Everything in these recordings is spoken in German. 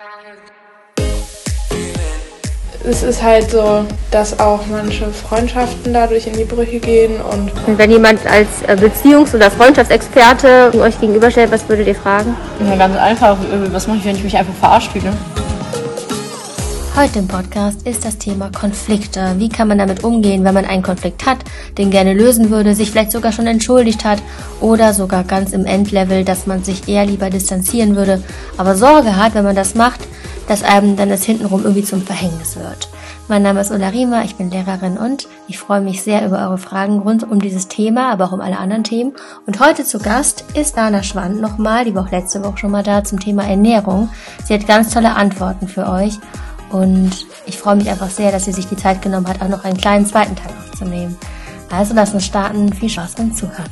Es ist halt so, dass auch manche Freundschaften dadurch in die Brüche gehen. Und wenn jemand als Beziehungs- oder Freundschaftsexperte euch gegenüberstellt, was würdet ihr fragen? Ja, ganz einfach. Was mache ich, wenn ich mich einfach verarscht fühle? Heute im Podcast ist das Thema Konflikte. Wie kann man damit umgehen, wenn man einen Konflikt hat, den gerne lösen würde, sich vielleicht sogar schon entschuldigt hat oder sogar ganz im Endlevel, dass man sich eher lieber distanzieren würde, aber Sorge hat, wenn man das macht, dass einem dann das hintenrum irgendwie zum Verhängnis wird. Mein Name ist Ulla Riemer, ich bin Lehrerin und ich freue mich sehr über eure Fragen rund um dieses Thema, aber auch um alle anderen Themen. Und heute zu Gast ist Dana Schwand nochmal, die war auch letzte Woche schon mal da zum Thema Ernährung. Sie hat ganz tolle Antworten für euch und ich freue mich einfach sehr, dass sie sich die Zeit genommen hat, auch noch einen kleinen zweiten Teil aufzunehmen. Also lass uns starten, viel Spaß beim Zuhören.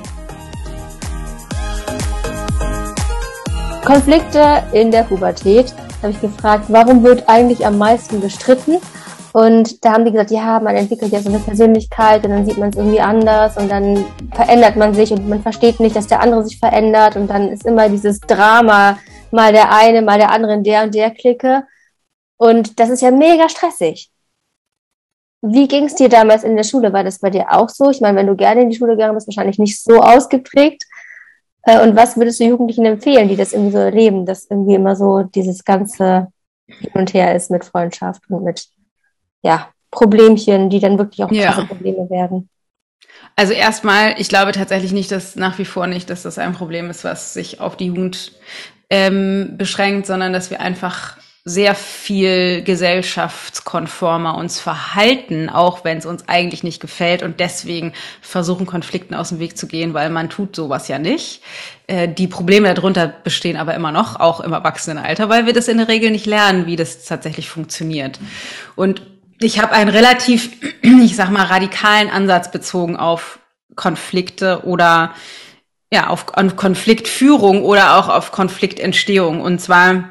Konflikte in der Pubertät. Da habe ich gefragt, warum wird eigentlich am meisten gestritten? Und da haben die gesagt, ja, man entwickelt ja so eine Persönlichkeit und dann sieht man es irgendwie anders und dann verändert man sich und man versteht nicht, dass der andere sich verändert und dann ist immer dieses Drama, mal der eine, mal der andere in der und der Clique. Und das ist ja mega stressig. Wie ging es dir damals in der Schule? War das bei dir auch so? Ich meine, wenn du gerne in die Schule gegangen bist, wahrscheinlich nicht so ausgeprägt. Und was würdest du Jugendlichen empfehlen, die das irgendwie so erleben, dass irgendwie immer so dieses ganze Hin und Her ist mit Freundschaft und mit Problemchen, die dann wirklich auch krasse Probleme werden? Also erstmal, ich glaube tatsächlich nicht, nach wie vor nicht, dass das ein Problem ist, was sich auf die Jugend beschränkt, sondern dass wir einfach sehr viel gesellschaftskonformer uns verhalten, auch wenn es uns eigentlich nicht gefällt und deswegen versuchen, Konflikten aus dem Weg zu gehen, weil man tut sowas ja nicht. Die Probleme darunter bestehen aber immer noch, auch im Erwachsenenalter, weil wir das in der Regel nicht lernen, wie das tatsächlich funktioniert. Und ich habe einen relativ, ich sag mal, radikalen Ansatz bezogen auf Konflikte oder auf Konfliktführung oder auch auf Konfliktentstehung. Und zwar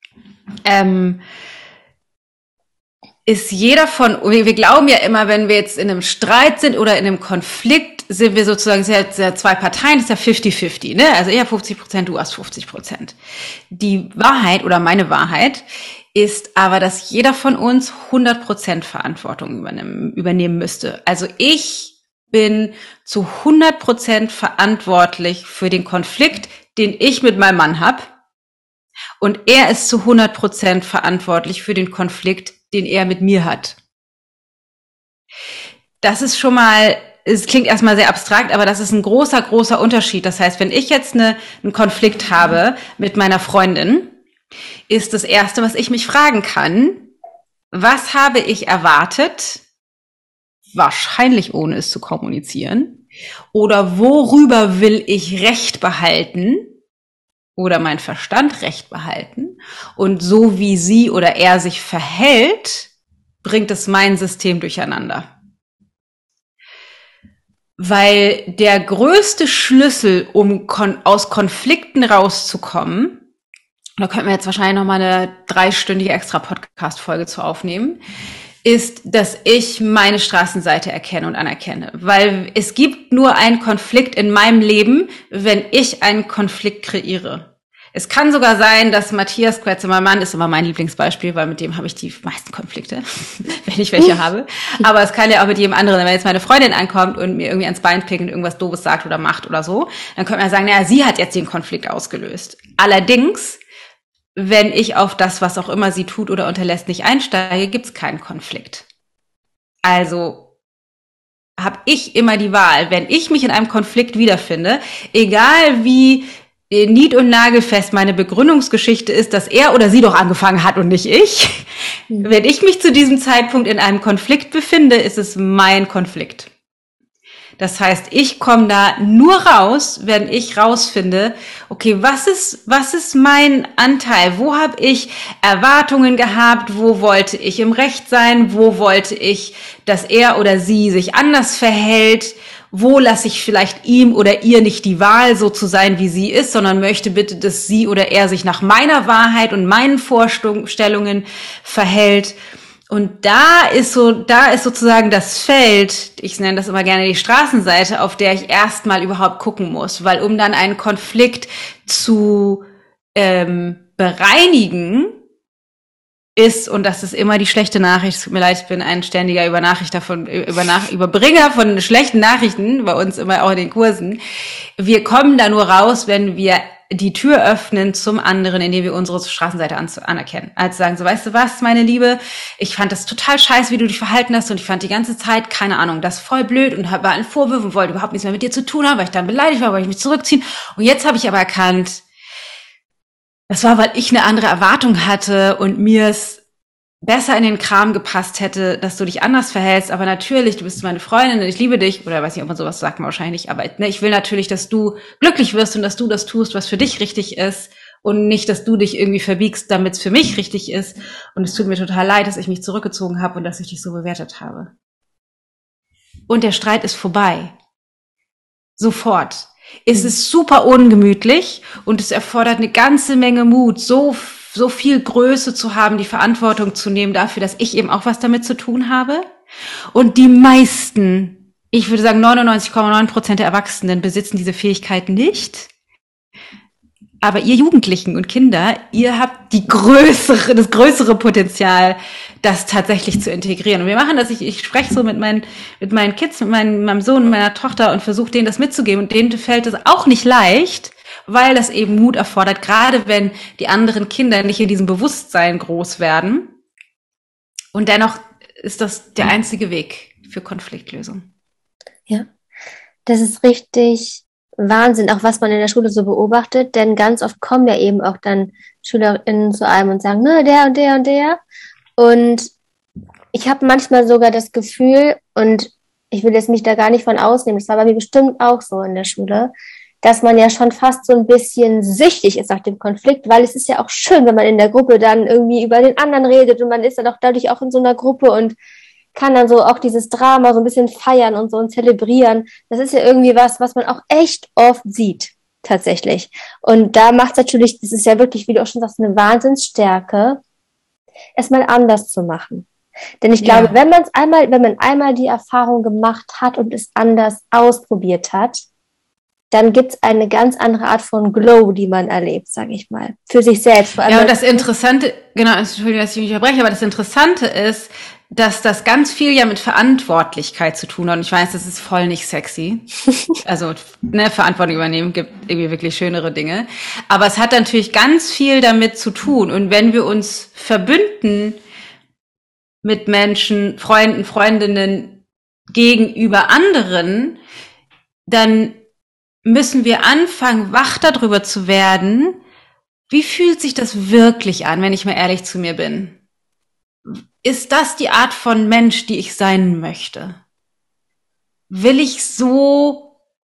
ist jeder wir glauben ja immer, wenn wir jetzt in einem Streit sind oder in einem Konflikt, sind wir sozusagen sehr zwei Parteien, das ist ja 50-50, ne? Also eher 50%, du hast 50%. Die Wahrheit oder meine Wahrheit ist aber, dass jeder von uns 100% Verantwortung übernehmen müsste. Also ich bin zu 100% verantwortlich für den Konflikt, den ich mit meinem Mann habe. Und er ist zu 100% verantwortlich für den Konflikt, den er mit mir hat. Das ist schon mal, es klingt erstmal sehr abstrakt, aber das ist ein großer, großer Unterschied. Das heißt, wenn ich jetzt einen Konflikt habe mit meiner Freundin, ist das Erste, was ich mich fragen kann, was habe ich erwartet, wahrscheinlich ohne es zu kommunizieren, oder worüber will ich Recht behalten, oder mein Verstand Recht behalten und so wie sie oder er sich verhält, bringt es mein System durcheinander. Weil der größte Schlüssel, um aus Konflikten rauszukommen, da könnten wir jetzt wahrscheinlich nochmal eine 3-stündige extra Podcast-Folge zu aufnehmen, ist, dass ich meine Straßenseite erkenne und anerkenne. Weil es gibt nur einen Konflikt in meinem Leben, wenn ich einen Konflikt kreiere. Es kann sogar sein, dass Matthias Kretze, mein Mann, ist immer mein Lieblingsbeispiel, weil mit dem habe ich die meisten Konflikte, wenn ich welche habe. Aber es kann ja auch mit jedem anderen, wenn jetzt meine Freundin ankommt und mir irgendwie ans Bein pickt und irgendwas Doofes sagt oder macht oder so, dann könnte man sagen, naja, sie hat jetzt den Konflikt ausgelöst. Allerdings, wenn ich auf das, was auch immer sie tut oder unterlässt, nicht einsteige, gibt es keinen Konflikt. Also habe ich immer die Wahl, wenn ich mich in einem Konflikt wiederfinde, egal wie nied- und nagelfest meine Begründungsgeschichte ist, dass er oder sie doch angefangen hat und nicht ich. Wenn ich mich zu diesem Zeitpunkt in einem Konflikt befinde, ist es mein Konflikt. Das heißt, ich komme da nur raus, wenn ich rausfinde, okay, was ist mein Anteil? Wo habe ich Erwartungen gehabt? Wo wollte ich im Recht sein? Wo wollte ich, dass er oder sie sich anders verhält? Wo lasse ich vielleicht ihm oder ihr nicht die Wahl, so zu sein, wie sie ist, sondern möchte bitte, dass sie oder er sich nach meiner Wahrheit und meinen Vorstellungen verhält? Und da ist sozusagen das Feld, ich nenne das immer gerne die Straßenseite, auf der ich erstmal überhaupt gucken muss, weil um dann einen Konflikt zu bereinigen, ist, und das ist immer die schlechte Nachricht, es tut mir leid, ich bin ein ständiger Überbringer von schlechten Nachrichten, bei uns immer auch in den Kursen. Wir kommen da nur raus, wenn wir die Tür öffnen zum anderen, indem wir unsere Straßenseite anerkennen. Also sagen so, weißt du was, meine Liebe, ich fand das total scheiße, wie du dich verhalten hast, und ich fand die ganze Zeit, keine Ahnung, das voll blöd und war ein Vorwurf und wollte überhaupt nichts mehr mit dir zu tun haben, weil ich dann beleidigt war, weil ich mich zurückziehen. Und jetzt habe ich aber erkannt, das war, weil ich eine andere Erwartung hatte und mir es besser in den Kram gepasst hätte, dass du dich anders verhältst, aber natürlich, du bist meine Freundin und ich liebe dich, oder weiß nicht, ob man sowas sagt, man wahrscheinlich nicht, aber ne, ich will natürlich, dass du glücklich wirst und dass du das tust, was für dich richtig ist, und nicht, dass du dich irgendwie verbiegst, damit es für mich richtig ist, und es tut mir total leid, dass ich mich zurückgezogen habe und dass ich dich so bewertet habe. Und der Streit ist vorbei. Sofort. Es ist super ungemütlich und es erfordert eine ganze Menge Mut, so viel Größe zu haben, die Verantwortung zu nehmen dafür, dass ich eben auch was damit zu tun habe. Und die meisten, ich würde sagen 99,9% der Erwachsenen besitzen diese Fähigkeit nicht. Aber ihr Jugendlichen und Kinder, ihr habt das größere Potenzial, das tatsächlich zu integrieren. Und wir machen das, ich spreche so mit meinen Kids, mit meinem Sohn und meiner Tochter und versuche denen das mitzugeben. Und denen fällt es auch nicht leicht, weil das eben Mut erfordert, gerade wenn die anderen Kinder nicht in diesem Bewusstsein groß werden. Und dennoch ist das der einzige Weg für Konfliktlösung. Ja, das ist richtig Wahnsinn, auch was man in der Schule so beobachtet, denn ganz oft kommen ja eben auch dann SchülerInnen zu einem und sagen, ne, der und der und der. Und ich habe manchmal sogar das Gefühl, und ich will jetzt mich da gar nicht von ausnehmen, das war bei mir bestimmt auch so in der Schule, dass man ja schon fast so ein bisschen süchtig ist nach dem Konflikt, weil es ist ja auch schön, wenn man in der Gruppe dann irgendwie über den anderen redet und man ist dann auch dadurch auch in so einer Gruppe und kann dann so auch dieses Drama so ein bisschen feiern und so und zelebrieren. Das ist ja irgendwie was man auch echt oft sieht, tatsächlich. Und da macht es natürlich, das ist ja wirklich, wie du auch schon sagst, eine Wahnsinnsstärke, es mal anders zu machen. Denn ich glaube, wenn man einmal die Erfahrung gemacht hat und es anders ausprobiert hat, dann gibt's eine ganz andere Art von Glow, die man erlebt, sage ich mal, für sich selbst. Vor allem ja, und das Interessante, genau, Entschuldigung, dass ich mich unterbreche, aber das Interessante ist, dass das ganz viel ja mit Verantwortlichkeit zu tun hat. Und ich weiß, das ist voll nicht sexy. Also, Verantwortung übernehmen gibt irgendwie wirklich schönere Dinge. Aber es hat natürlich ganz viel damit zu tun. Und wenn wir uns verbünden mit Menschen, Freunden, Freundinnen gegenüber anderen, dann müssen wir anfangen, wach darüber zu werden, wie fühlt sich das wirklich an, wenn ich mal ehrlich zu mir bin? Ist das die Art von Mensch, die ich sein möchte? Will ich so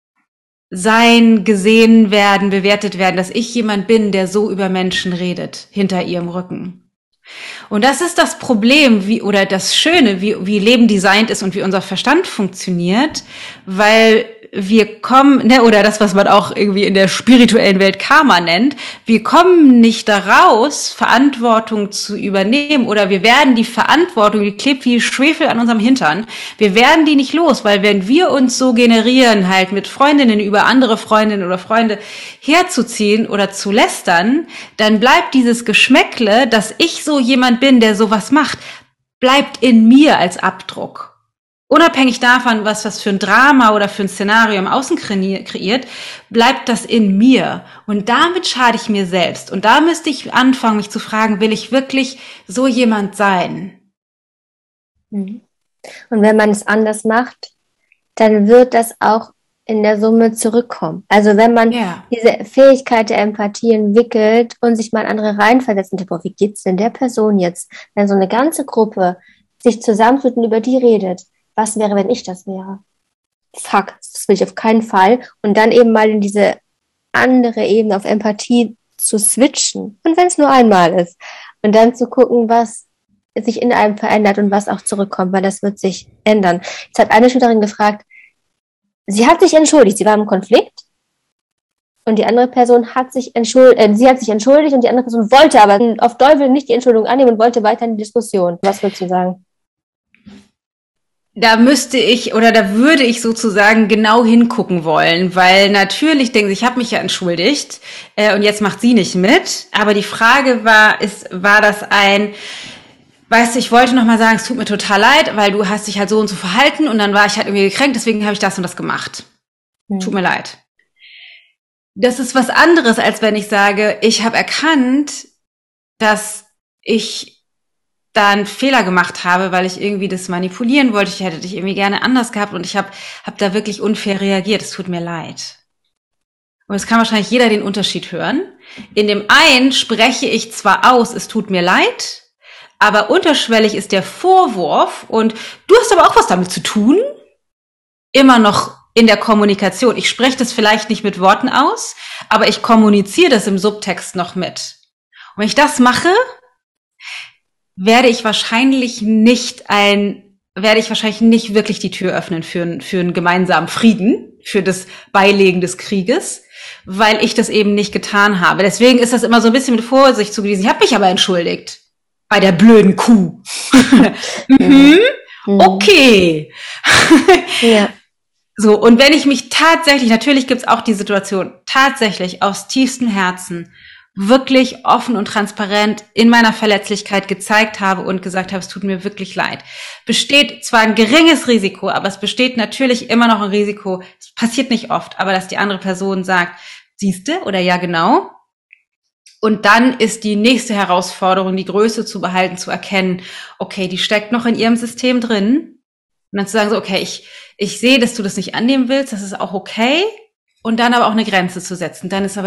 sein, gesehen werden, bewertet werden, dass ich jemand bin, der so über Menschen redet, hinter ihrem Rücken? Und das ist das Problem, oder das Schöne, wie Leben designt ist und wie unser Verstand funktioniert, weil wir kommen, oder das, was man auch irgendwie in der spirituellen Welt Karma nennt, wir kommen nicht daraus, Verantwortung zu übernehmen, oder wir werden die Verantwortung, die klebt wie Schwefel an unserem Hintern, wir werden die nicht los, weil wenn wir uns so generieren, halt mit Freundinnen über andere Freundinnen oder Freunde herzuziehen oder zu lästern, dann bleibt dieses Geschmäckle, dass ich so jemand bin, der sowas macht, bleibt in mir als Abdruck. Unabhängig davon, was das für ein Drama oder für ein Szenario im Außen kreiert, bleibt das in mir. Und damit schade ich mir selbst. Und da müsste ich anfangen, mich zu fragen, will ich wirklich so jemand sein? Und wenn man es anders macht, dann wird das auch in der Summe zurückkommen. Also wenn man diese Fähigkeit der Empathie entwickelt und sich mal in andere reinversetzt und denkt, boah, wie geht's denn der Person jetzt? Wenn so eine ganze Gruppe sich zusammentut und über die redet, was wäre, wenn ich das wäre? Fuck, das will ich auf keinen Fall. Und dann eben mal in diese andere Ebene auf Empathie zu switchen. Und wenn es nur einmal ist. Und dann zu gucken, was sich in einem verändert und was auch zurückkommt, weil das wird sich ändern. Jetzt hat eine Schülerin gefragt, sie hat sich entschuldigt, sie war im Konflikt und die andere Person hat sich entschuldigt, sie hat sich entschuldigt und die andere Person wollte aber auf Teufel nicht die Entschuldigung annehmen und wollte weiter in die Diskussion. Was würdest du sagen? Da würde ich sozusagen genau hingucken wollen, weil natürlich denken sie, ich habe mich ja entschuldigt und jetzt macht sie nicht mit. Aber die Frage war das weißt du, ich wollte noch mal sagen, es tut mir total leid, weil du hast dich halt so und so verhalten und dann war ich halt irgendwie gekränkt, deswegen habe ich das und das gemacht. Tut mir leid. Das ist was anderes, als wenn ich sage, ich habe erkannt, dass ich da einen Fehler gemacht habe, weil ich irgendwie das manipulieren wollte. Ich hätte dich irgendwie gerne anders gehabt und ich hab da wirklich unfair reagiert. Es tut mir leid. Und es kann wahrscheinlich jeder den Unterschied hören. In dem einen spreche ich zwar aus, es tut mir leid, aber unterschwellig ist der Vorwurf und du hast aber auch was damit zu tun, immer noch in der Kommunikation. Ich spreche das vielleicht nicht mit Worten aus, aber ich kommuniziere das im Subtext noch mit. Und wenn ich das mache, werde ich wahrscheinlich nicht wirklich die Tür öffnen für einen gemeinsamen Frieden, für das Beilegen des Krieges, weil ich das eben nicht getan habe. Deswegen ist das immer so ein bisschen mit Vorsicht zugewiesen. Ich habe mich aber entschuldigt. Bei der blöden Kuh. Okay. Ja. So, und wenn ich mich tatsächlich, natürlich gibt's auch die Situation, tatsächlich aus tiefstem Herzen wirklich offen und transparent in meiner Verletzlichkeit gezeigt habe und gesagt habe, es tut mir wirklich leid. Besteht zwar ein geringes Risiko, aber es besteht natürlich immer noch ein Risiko, es passiert nicht oft, aber dass die andere Person sagt, siehste oder ja genau. Und dann ist die nächste Herausforderung, die Größe zu behalten, zu erkennen, okay, die steckt noch in ihrem System drin. Und dann zu sagen so, okay, ich sehe, dass du das nicht annehmen willst, das ist auch okay. Und dann aber auch eine Grenze zu setzen. Dann ist aber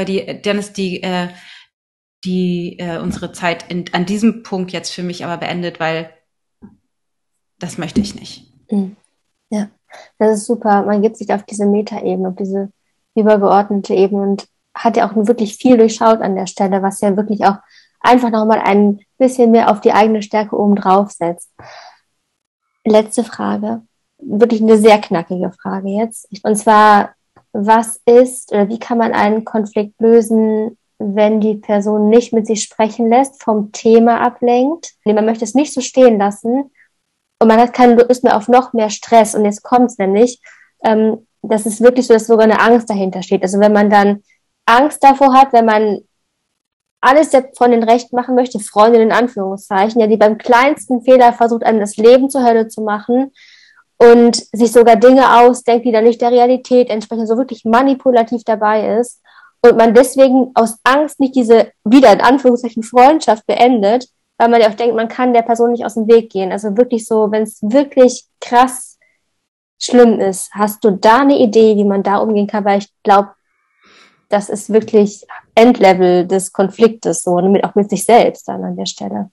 unsere Zeit an diesem Punkt jetzt für mich aber beendet, weil das möchte ich nicht. Ja, das ist super. Man gibt sich auf diese Metaebene, auf diese übergeordnete Ebene und hat ja auch wirklich viel durchschaut an der Stelle, was ja wirklich auch einfach nochmal ein bisschen mehr auf die eigene Stärke oben drauf setzt. Letzte Frage, wirklich eine sehr knackige Frage jetzt. Und zwar, was ist oder wie kann man einen Konflikt lösen, wenn die Person nicht mit sich sprechen lässt, vom Thema ablenkt? Man möchte es nicht so stehen lassen und man hat keine Lust mehr auf noch mehr Stress. Und jetzt kommt es nämlich, das ist wirklich so, dass sogar eine Angst dahinter steht. Also wenn man dann Angst davor hat, wenn man alles der Freundin recht machen möchte, Freundin in Anführungszeichen, ja, die beim kleinsten Fehler versucht, einem das Leben zur Hölle zu machen und sich sogar Dinge ausdenkt, die dann nicht der Realität entsprechen, so wirklich manipulativ dabei ist und man deswegen aus Angst nicht diese, wieder in Anführungszeichen, Freundschaft beendet, weil man ja auch denkt, man kann der Person nicht aus dem Weg gehen. Also wirklich so, wenn es wirklich krass schlimm ist, hast du da eine Idee, wie man da umgehen kann? Weil ich glaube, das ist wirklich Endlevel des Konfliktes, so, und auch mit sich selbst dann an der Stelle.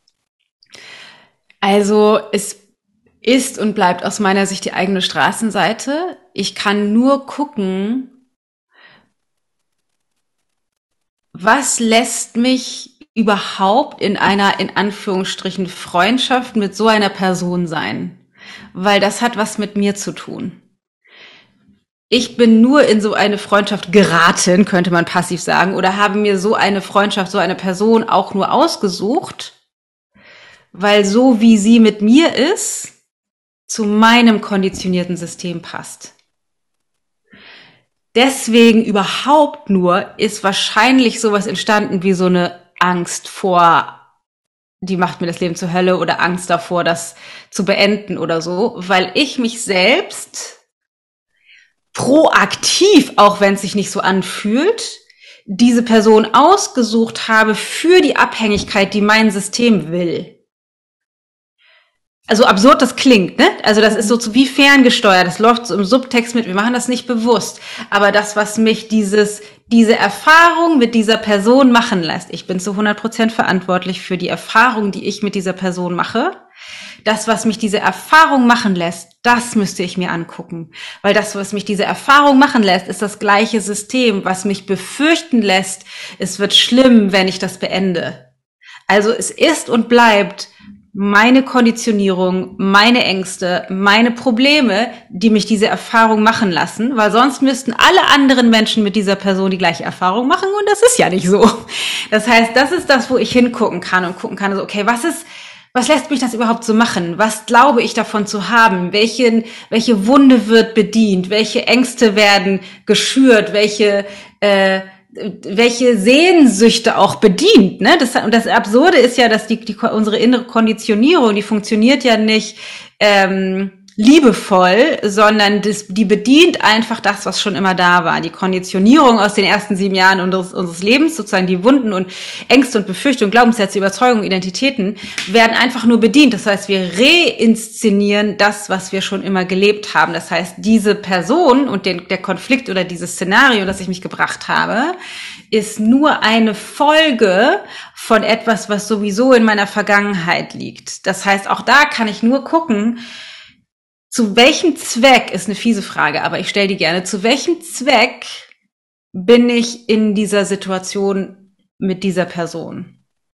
Also es ist und bleibt aus meiner Sicht die eigene Straßenseite. Ich kann nur gucken, was lässt mich überhaupt in einer, in Anführungsstrichen, Freundschaft mit so einer Person sein? Weil das hat was mit mir zu tun. Ich bin nur in so eine Freundschaft geraten, könnte man passiv sagen, oder habe mir so eine Freundschaft, so eine Person auch nur ausgesucht, weil so wie sie mit mir ist, zu meinem konditionierten System passt. Deswegen überhaupt nur ist wahrscheinlich sowas entstanden wie so eine Angst vor, die macht mir das Leben zur Hölle, oder Angst davor, das zu beenden oder so, weil ich mich selbst proaktiv, auch wenn es sich nicht so anfühlt, diese Person ausgesucht habe für die Abhängigkeit, die mein System will. Also absurd das klingt, ne? Also das ist so wie ferngesteuert, das läuft so im Subtext mit, wir machen das nicht bewusst. Aber das, was mich diese Erfahrung mit dieser Person machen lässt, ich bin zu 100% verantwortlich für die Erfahrung, die ich mit dieser Person mache. Das, was mich diese Erfahrung machen lässt, das müsste ich mir angucken. Weil das, was mich diese Erfahrung machen lässt, ist das gleiche System, was mich befürchten lässt, es wird schlimm, wenn ich das beende. Also es ist und bleibt meine Konditionierung, meine Ängste, meine Probleme, die mich diese Erfahrung machen lassen, weil sonst müssten alle anderen Menschen mit dieser Person die gleiche Erfahrung machen und das ist ja nicht so. Das heißt, das ist das, wo ich hingucken kann und gucken kann, also okay, was lässt mich das überhaupt so machen? Was glaube ich davon zu haben? Welche Wunde wird bedient? Welche Ängste werden geschürt? Welche welche Sehnsüchte auch bedient, ne? Und das Absurde ist ja, dass unsere innere Konditionierung, die funktioniert ja nicht liebevoll, sondern die bedient einfach das, was schon immer da war. Die Konditionierung aus den ersten 7 Jahren unseres Lebens, sozusagen die Wunden und Ängste und Befürchtungen, Glaubenssätze, Überzeugungen, Identitäten, werden einfach nur bedient. Das heißt, wir reinszenieren das, was wir schon immer gelebt haben. Das heißt, diese Person und der Konflikt oder dieses Szenario, das ich mich gebracht habe, ist nur eine Folge von etwas, was sowieso in meiner Vergangenheit liegt. Das heißt, auch da kann ich nur gucken, zu welchem Zweck, ist eine fiese Frage, aber ich stelle die gerne, zu welchem Zweck bin ich in dieser Situation mit dieser Person?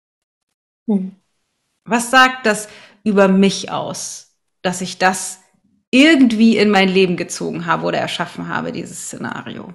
Was sagt das über mich aus, dass ich das irgendwie in mein Leben gezogen habe oder erschaffen habe, dieses Szenario?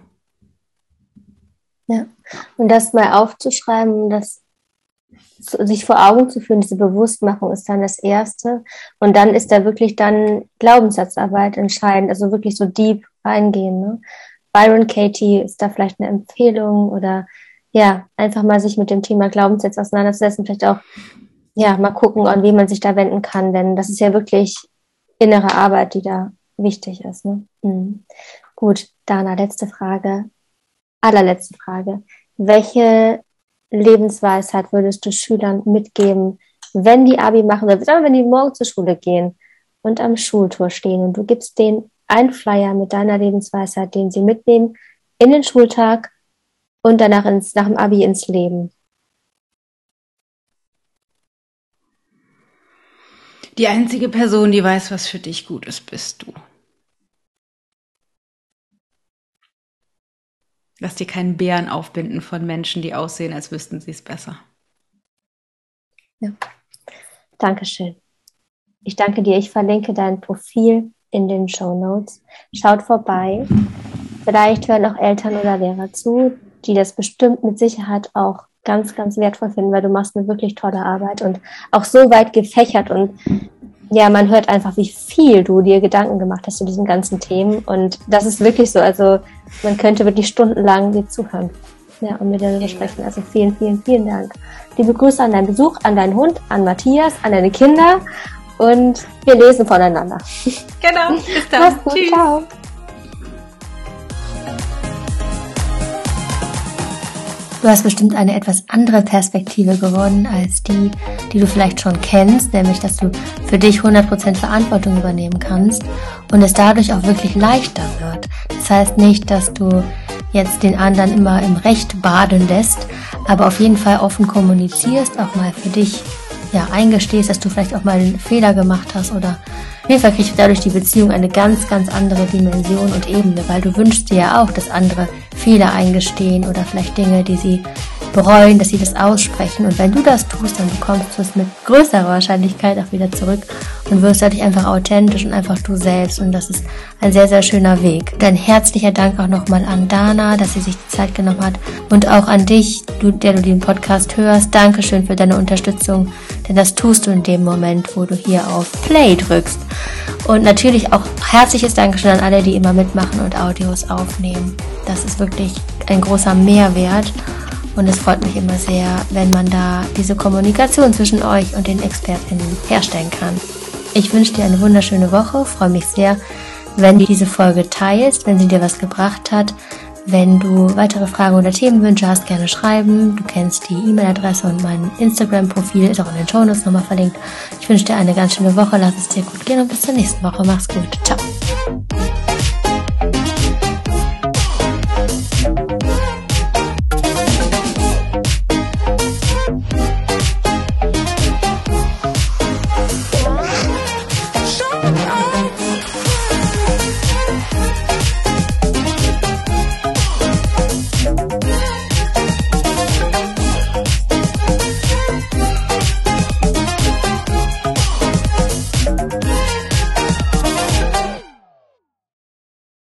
Ja, und das mal aufzuschreiben, das sich vor Augen zu führen, diese Bewusstmachung ist dann das Erste. Und dann ist da wirklich dann Glaubenssatzarbeit entscheidend, also wirklich so deep reingehen. Ne? Byron Katie ist da vielleicht eine Empfehlung oder ja, einfach mal sich mit dem Thema Glaubenssätze auseinanderzusetzen, vielleicht auch ja mal gucken, an wen man sich da wenden kann, denn das ist ja wirklich innere Arbeit, die da wichtig ist. Ne? Gut, Dana, allerletzte Frage. Welche Lebensweisheit würdest du Schülern mitgeben, wenn die Abi machen, oder wenn die morgen zur Schule gehen und am Schultor stehen und du gibst denen einen Flyer mit deiner Lebensweisheit, den sie mitnehmen in den Schultag und danach nach dem Abi ins Leben? Die einzige Person, die weiß, was für dich gut ist, bist du. Lass dir keinen Bären aufbinden von Menschen, die aussehen, als wüssten sie es besser. Ja. Dankeschön. Ich danke dir. Ich verlinke dein Profil in den Shownotes. Schaut vorbei. Vielleicht hören auch Eltern oder Lehrer zu, die das bestimmt mit Sicherheit auch ganz, ganz wertvoll finden, weil du machst eine wirklich tolle Arbeit und auch so weit gefächert und ja, man hört einfach, wie viel du dir Gedanken gemacht hast zu diesen ganzen Themen und das ist wirklich so, also man könnte wirklich stundenlang dir zuhören, ja, und mit dir darüber sprechen. Also vielen, vielen, vielen Dank. Liebe Grüße an deinen Besuch, an deinen Hund, an Matthias, an deine Kinder und wir lesen voneinander. Genau, bis dann. Mach's gut, tschüss. Ciao. Du hast bestimmt eine etwas andere Perspektive gewonnen als die du vielleicht schon kennst, nämlich, dass du für dich 100% Verantwortung übernehmen kannst und es dadurch auch wirklich leichter wird. Das heißt nicht, dass du jetzt den anderen immer im Recht baden lässt, aber auf jeden Fall offen kommunizierst, auch mal für dich ja eingestehst, dass du vielleicht auch mal einen Fehler gemacht hast oder auf jeden Fall kriegst du dadurch die Beziehung eine ganz, ganz andere Dimension und Ebene, weil du wünschst dir ja auch, dass andere Fehler eingestehen oder vielleicht Dinge, die sie bereuen, dass sie das aussprechen. Und wenn du das tust, dann bekommst du es mit größerer Wahrscheinlichkeit auch wieder zurück und wirst dadurch einfach authentisch und einfach du selbst. Und das ist ein sehr, sehr schöner Weg. Dann herzlicher Dank auch nochmal an Dana, dass sie sich die Zeit genommen hat und auch an dich, der du den Podcast hörst. Dankeschön für deine Unterstützung, denn das tust du in dem Moment, wo du hier auf Play drückst. Und natürlich auch herzliches Dankeschön an alle, die immer mitmachen und Audios aufnehmen. Das ist wirklich ein großer Mehrwert. Und es freut mich immer sehr, wenn man da diese Kommunikation zwischen euch und den ExpertInnen herstellen kann. Ich wünsche dir eine wunderschöne Woche, freue mich sehr, wenn du diese Folge teilst, wenn sie dir was gebracht hat. Wenn du weitere Fragen oder Themenwünsche hast, gerne schreiben. Du kennst die E-Mail-Adresse und mein Instagram-Profil ist auch in den Shownotes nochmal verlinkt. Ich wünsche dir eine ganz schöne Woche, lass es dir gut gehen und bis zur nächsten Woche. Mach's gut. Ciao.